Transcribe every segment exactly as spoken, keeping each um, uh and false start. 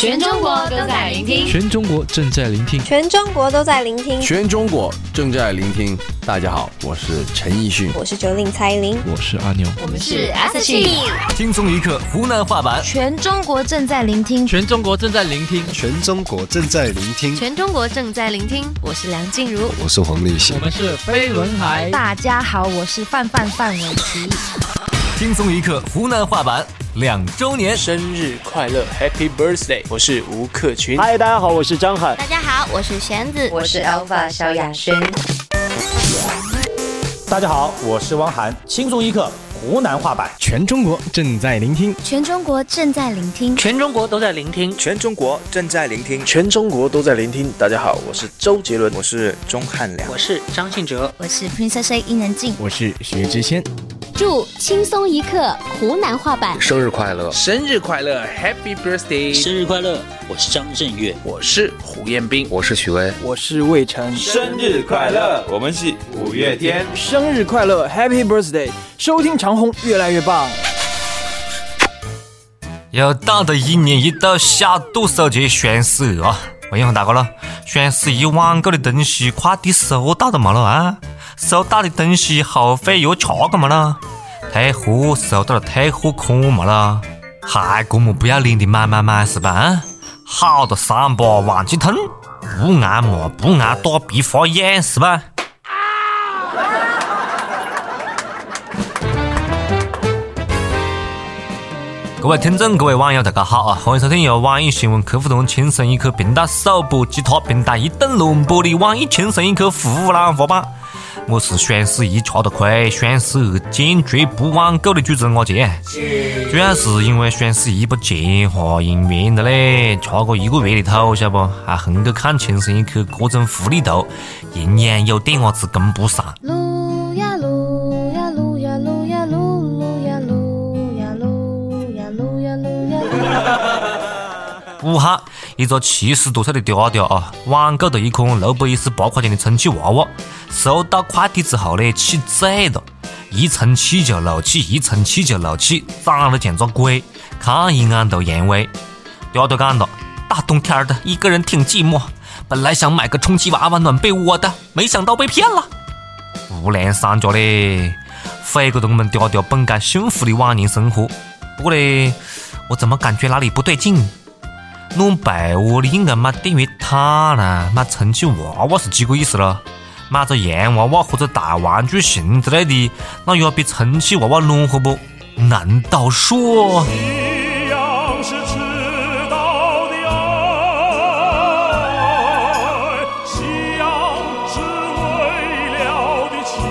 全中国都在聆听， 全中国正在聆听， 全中国都在聆听， 全中国正在聆听。大家好，我是陈奕迅， 我是九令蔡依林， 我是阿牛， 我们是 S H E。 轻松一刻湖南话版， 全中国正在聆听， 全中国正在聆听， 全中国正在聆听， 全中国正在聆听。我是梁静茹， 我是黄立行， 我们是飞轮海。 大家好，我是范范范玮琪。 轻松一刻湖南话版两周年生日快乐 Happy Birthday， 我是吴克群。 嗨，大家好，我是张翰。 大家好，我是弦子， 我是 Alpha 萧亚轩。 大家好，我是汪涵。轻松一刻湖南话版， 全中国正在聆听， 全中国正在聆听， 全中国都在聆听， 全中国正在聆听， 全中国都在聆听。大家好，我是周杰伦， 我是钟汉良， 我是张信哲， 我是 Princess A 伊能静， 我是薛之谦。 祝轻松一刻湖南话版生日快乐， 生日快乐 Happy Birthday， 生日快乐！我是张震岳， 我是胡彦斌， 我是许巍， 我是魏晨。 生日快乐！我们是五月天， 生日快乐 Happy Birthday！ 收听长虹越来越棒。 又到了一年一度小赌手节双十二啊！问一下大家了，双十一网购的东西快递收到了没了啊？收到的东西后费又吃个没了？退货收到了退货款没了？还这么不要脸的买买买是吧？好的伤疤忘记疼，不按摩不按打鼻发炎是吧？各位听众，各位网友，大家好啊！欢迎收听由网易新闻客户端轻松一刻频道首播其他平台一等轮播的网易轻松一刻湖南话版。我是双十一吃得亏，双十二坚决不网购的主持人阿杰。主要是因为双十一把钱花应援了嘞，吃个一个月的头，晓得不？还横着看轻松一刻各种福利图，营养有点伢子跟不上。 撸呀撸呀撸呀撸呀撸撸呀撸呀撸呀撸呀撸呀撸。 武汉一个七十多岁的嗲嗲啊，网购了一款六百一十八块钱的充气娃娃，收到快递之后呢，气醉了，一充气就漏气，一充气就漏气，长得像个鬼，看一眼都阳痿。嗲嗲讲了，大冬天的一个人挺寂寞，本来想买个充气娃娃暖被窝的，没想到被骗了。无良商家嘞，毁过了我们嗲嗲本该幸福的晚年生活。不过嘞，我怎么感觉哪里不对劲？暖被窝你应该买电热毯啦，买充气娃娃是几个意思了？买个洋娃娃或者大玩具型之类的，那要比充气娃娃暖和不？难道说？ 夕阳是迟到的爱，夕阳是为了的情。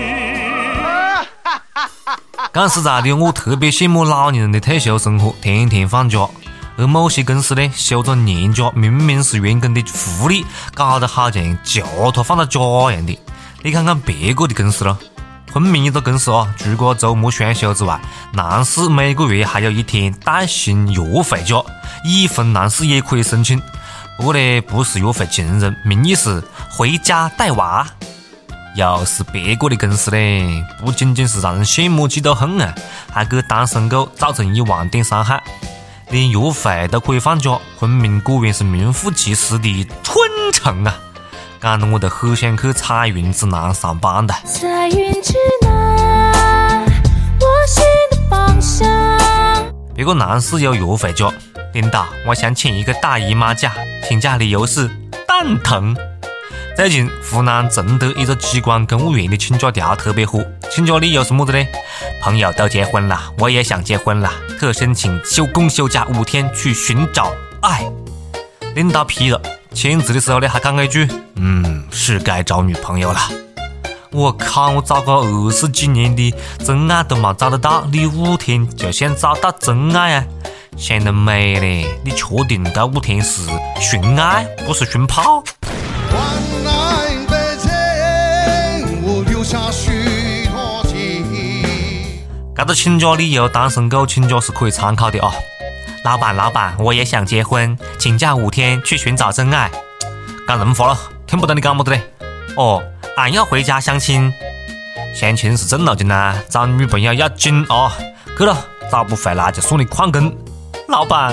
讲实在的，我特别羡慕老年人的退休生活，天天放假。而某些公司呢，休着年假，明明是员工的福利，搞得好像假他放到假一样的。你看看别个的公司了，昆明一个公司啊，除了周末双休之外，男士每个月还有一天带薪约会假，已婚男士也可以申请。不过呢，不是约会情人，名义是回家带娃。要是别个的公司呢，不仅仅是让人羡慕嫉妒恨啊，还给单身狗造成一万点伤害。连约会都可以放假，昆明果然是名副其实的春城啊！搞得我都很想去彩云之南上班的。 彩云之南，我心的方向。 别个男士有约会假，领导，我想请一个大姨妈假，请假理由是蛋疼。最近湖南承德一个机关公务员的请假条特别火，请假理由是么子呢？朋友都结婚了，我也想结婚了，特申请休公休假五天去寻找爱。领导批了，签字的时候呢还讲了一句，嗯，是该找女朋友了。我靠，我找个二十几年的真爱都没找得到，你五天就想找到真爱啊？想得美嘞！你确定这五天是寻爱不是寻炮？这个请假理由单身狗请假是可以参考的啊！老板老板，我也想结婚，请假五天去寻找真爱。讲人话了，听不懂你讲么子嘞？哦，俺要回家相亲。相亲是正路径啊，找女朋友要紧啊！去了，找不回来就算你旷工。老板，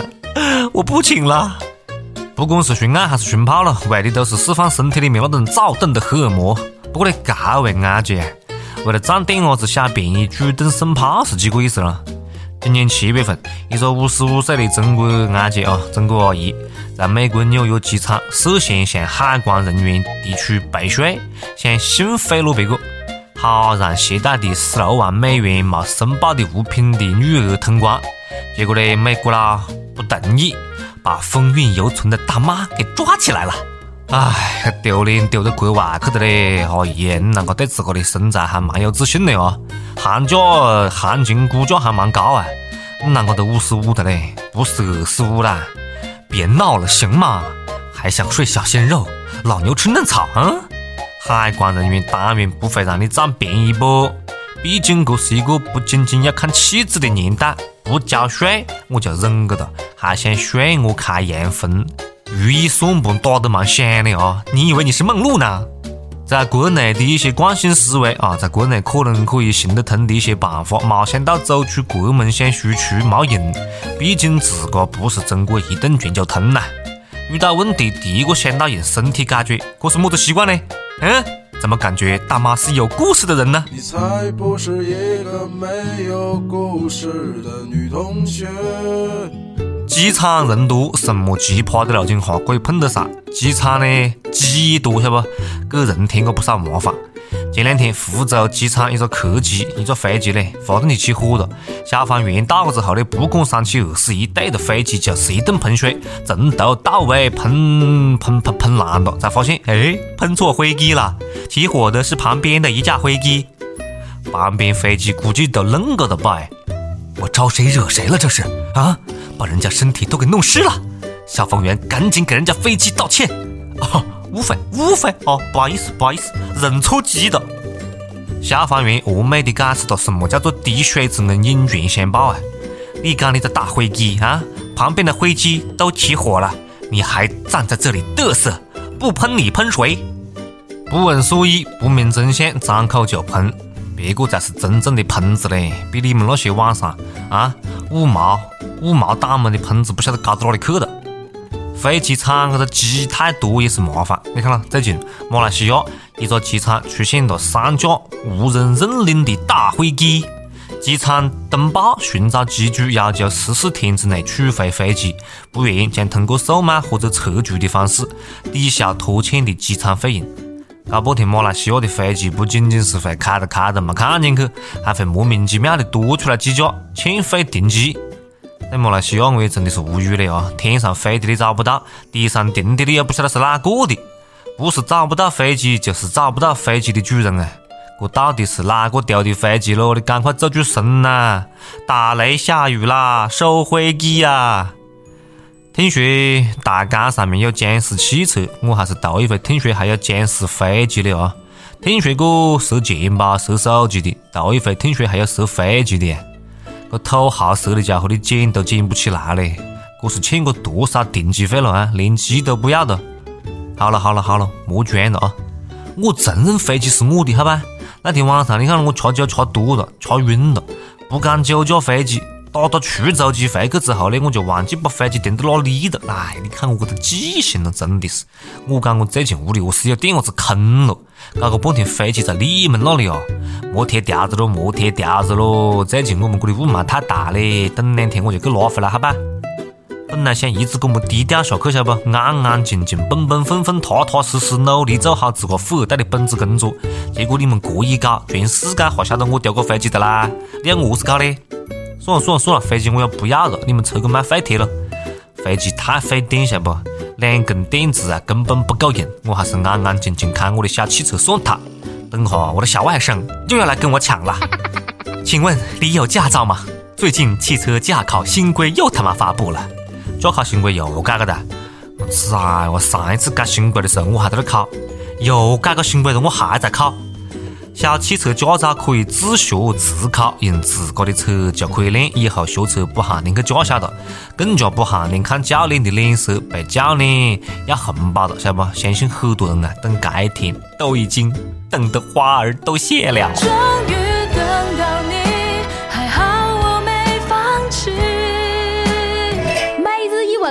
我不请了。不管是熏爱还是熏泡了，为的都是释放身体里面那种躁动的荷尔蒙。不过呢，这位阿姐，为了涨点伢子小便宜，主动送泡是几个意思了？今年七月份，一个五十五岁的中国阿姐啊，中国阿姨，在美国纽约机场涉嫌向海关人员提取避税，向性贿赂别个，好让携带的十六万美元没申报的物品的女儿通关。结果呢，美国啦不同意，把风韵犹存的大妈给抓起来了。唉，丢脸丢到国外去的嘞！阿姨，你啷个对自个的身材还蛮有自信的哦？行价行情估价还蛮高啊！你啷个都五十五的嘞，不是二十五啦？别闹了行吗？还想睡小鲜肉？老牛吃嫩草啊！海关人员当然不会让你占便宜不？毕竟这是一个不仅仅要看气质的年代，不交税我就忍个的，还想税我开洋荤。如意算盘打得蛮响的啊！你以为你是梦露呢？在国内的一些惯性思维啊，在国内可能可以行得通的一些办法，没想到走出国门向输出没用。毕竟自个不是中国移动全就通呐。遇到问题第一个想到用身体解决，这是么子习惯呢？嗯，怎么感觉大妈是有故事的人呢？ 你才不是一个没有故事的女同学。 机场人多，什么奇葩的路径话可以碰得上。机场呢，鸡多晓得不？给人添了不少麻烦。前两天福州机场一个客机，一个飞机呢，发动机起火了。消防员到了之后呢，不敢上去二十一，对着飞机就是一顿喷水，从头到尾喷喷喷喷烂了，才发现哎，喷错飞机了。起火的是旁边的一架飞机，旁边飞机估计都愣个的吧？我招谁惹谁了？这是啊，把人家身体都给弄湿了。消防员赶紧给人家飞机道歉。哦，误会误会哦，不好意思不好意思，认错机的。消防员完美的解释了什么叫做滴水之恩涌泉相报啊！你讲你的大飞机啊，旁边的飞机都起火了，你还站在这里嘚瑟，不喷你喷谁？不问所以，不明真相，张口就喷。别个才是真正的喷子嘞，比你们那些网上啊五毛五毛大门的喷子不晓得高到哪里去了。飞机场这个机太多也是麻烦。你看了最近马来西亚一个机场出现了三架无人认领的大飞机，机场登报寻找机主，要求十四天之内取回飞机，不然将通过售卖或者拆除的方式抵消拖欠的机场费用。搞半天马来西亚的飞机不仅仅是会开着开着没看见去，还会莫名其妙的多出来几架欠费停机。在马来西亚我也真的是无语了啊！天上飞的你找不到，地上停的你也不晓得是哪个的，不是找不到飞机就是找不到飞机的主人啊！这到底是哪个丢的飞机咯？你赶快做出声呐！打雷下雨啦，收飞机呀！听说大街上面有僵尸汽车，我还是头一回听说还有僵尸飞机的啊！听说过射钱包、射手机的，头一回听说还有射飞机的。这土豪射的家伙，你捡都捡不起来嘞！这是欠过多少停机费了啊？连机都不要的。好了好了好了，莫装了啊！我承认飞机是我的，好吧？那天晚上你看我吃酒吃多了，吃晕了，不敢酒驾飞机。打到出租机回去之后呢，我就忘记把飞机停到哪里了。哎，你看我的记性了，真的是！我讲我最近屋里我是有点子坑了，搞个半天飞机在你们那里啊！莫贴条子咯，莫贴条子咯！最近我们这里雾霾太大嘞，等两天我就给拉回来，好吧？本来想一直给我们低调下去，晓得不？安安静静、本本分分、踏踏实实、努力做好自个富二代的本职工作。结果你们这一搞，全世界还晓得我丢过飞机的啦！你要我是搞嘞？算了算了算了，飞机我要不要了，你们车给买废铁了。飞机太费电，晓得不？两根电池啊根本不够用，我还是安安静静开我的小汽车算它。等下我的小外甥又要来跟我抢了。请问你有驾照吗？最近汽车驾考新规又他妈发布了，驾考新规又改个的。是啊，我上一次改新规的时候我还在那考，又改个新规了我还在考。小汽车驾照可以自学自考，用自个的车就可以练，以后学车不限定去驾校的，更加不限定看教练的脸色，被教练要红包的，晓得不？相信很多人啊，等这一天都已经等得花儿都谢了。 终于等到你，还好我没放弃。每日一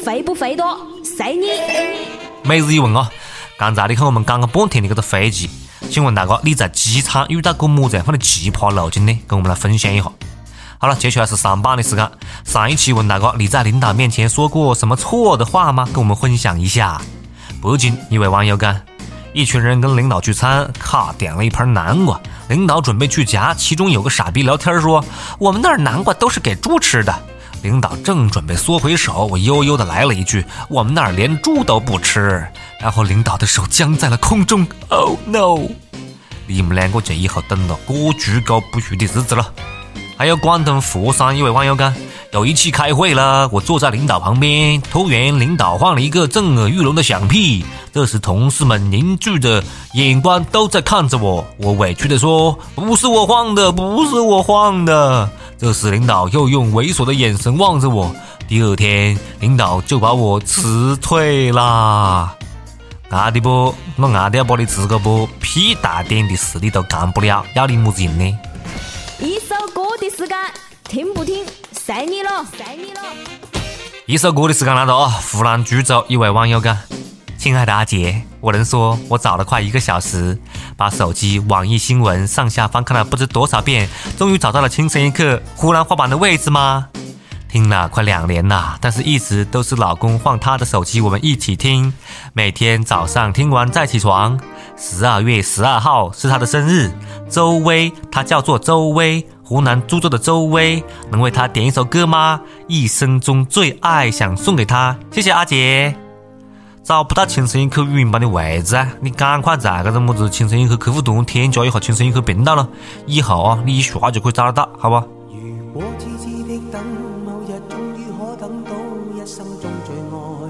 肥不肥多？随你。 每日一问啊，刚才你看我们讲了半天的这个飞机，请问大家你在机场遇到过么子样的奇葩路径呢？跟我们来分享一下。好了，接下来是上榜的时间。上一期问大家你在领导面前说过什么错的话吗？跟我们分享一下。北京一位网友讲，一群人跟领导聚餐，咔点了一盘南瓜，领导准备去夹，其中有个傻逼聊天说，我们那儿南瓜都是给猪吃的。领导正准备缩回手，我悠悠的来了一句，我们那儿连猪都不吃。然后领导的手僵在了空中。 Oh no， 你们两个就以后等了过猪狗不如的日子了。还有广东佛山一位网友讲，有一期开会了，我坐在领导旁边，突然领导放了一个震耳欲聋的响屁，这时同事们凝聚的眼光都在看着我，我委屈的说，不是我放的，不是我放的。这时领导又用猥琐的眼神望着我，第二天领导就把我辞退啦。硬的不，我硬的要把你辞个不，屁大点的事你都干不了，要你么子用呢？ 一首歌的时间，听不听随你了，随你了。 一首歌的时间来到啊！湖南株洲一位网友讲，亲爱的阿杰，我能说我找了快一个小时，把手机网易新闻上下翻看了不知多少遍，终于找到了清晨一刻湖南话版的位置吗？听了快两年了，但是一直都是老公换他的手机，我们一起听，每天早上听完再起床。十二月十二号是他的生日，周薇，他叫做周薇，湖南株洲的周薇，能为他点一首歌吗？一生中最爱，想送给他，谢谢阿杰。找不到清晨一刻语音版的位置啊，你赶快在这个么子清晨一刻客户端添加一下清晨一刻频道了，以后啊你一刷就可以找得到，好吧？ 如果痴痴的等，某日終於可等到一生中最愛，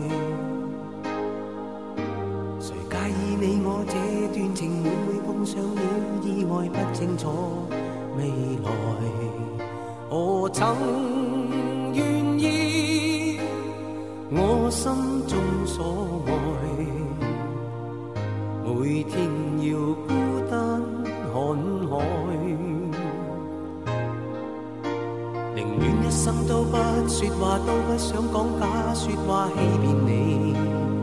誰介意你我這段情會唔會碰上了意外，不清楚未來，我曾願意我心中所愛，每天要孤單看海，寧願一生都不說話，都不想講假說話欺騙你。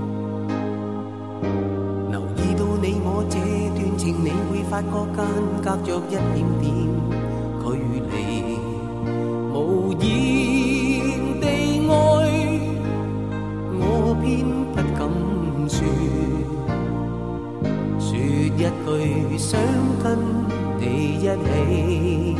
留意到你我這段情，你會發覺間隔着一點點距離，無言地愛，我偏不敢說，說一句想跟你一起。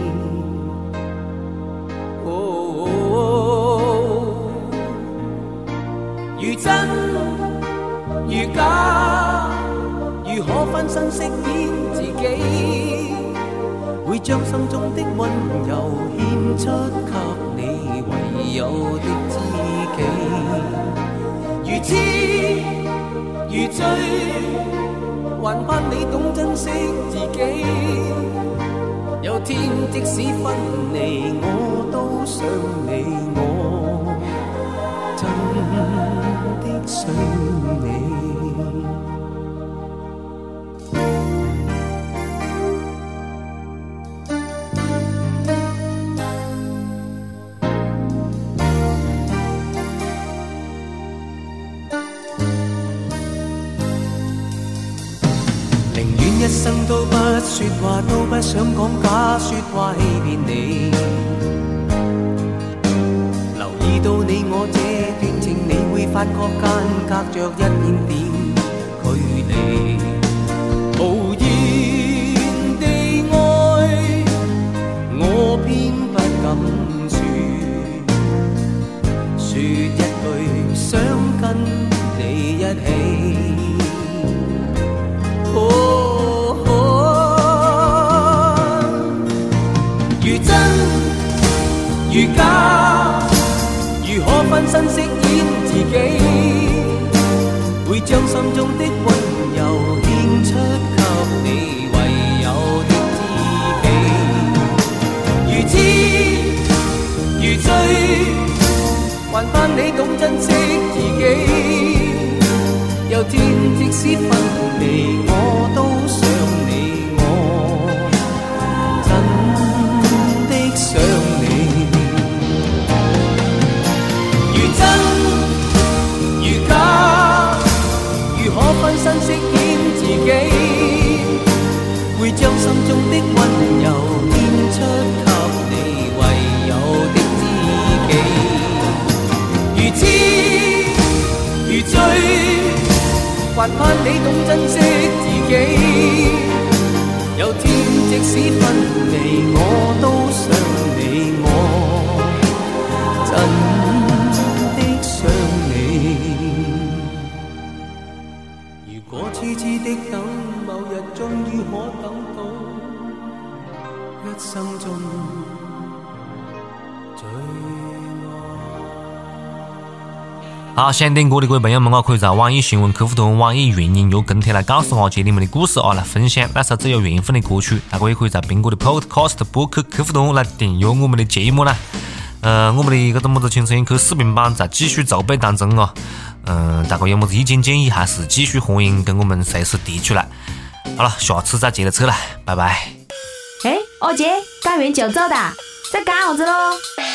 如真如假，如何分身飾演自己，會將心中的溫柔獻出給你唯有的知己。如痴如醉，還盼你懂珍惜自己。有天即使分離，我都想你，我真的想你。寧願一生都不說話，都不想講假說話欺騙你。留意到你我這段情，你會發覺間隔着一點點距離，無言地愛，我偏不敢說，說一句想跟你一起。哦哦，如真如假，如何分身飾演自己，會將心中的溫柔獻出給你唯有的知己。如痴如醉，還盼你懂珍惜自己。有天即使分離，我都想你，我真的想你。如真還盼你懂珍惜自己。有天即使分離，我都想你，我真的想你。如果痴痴的等，某日終於可等到，一生中最好，想点歌的各位朋友们啊，可以在网易新闻客户端、网易云音乐跟帖来告诉阿杰你们的故事啊，来分享那首最有缘分的歌曲。大家也可以在苹果的 Podcast 播客客户端来订阅我们的节目啦。呃，我们的这个么子青春一刻视频版在继续筹备当中啊。嗯、呃，大家有么子意见建议，还是继续欢迎跟我们随时提出来。好了，下次再接着扯了，拜拜。 哎，阿杰，干完就走的，在干啥子喽？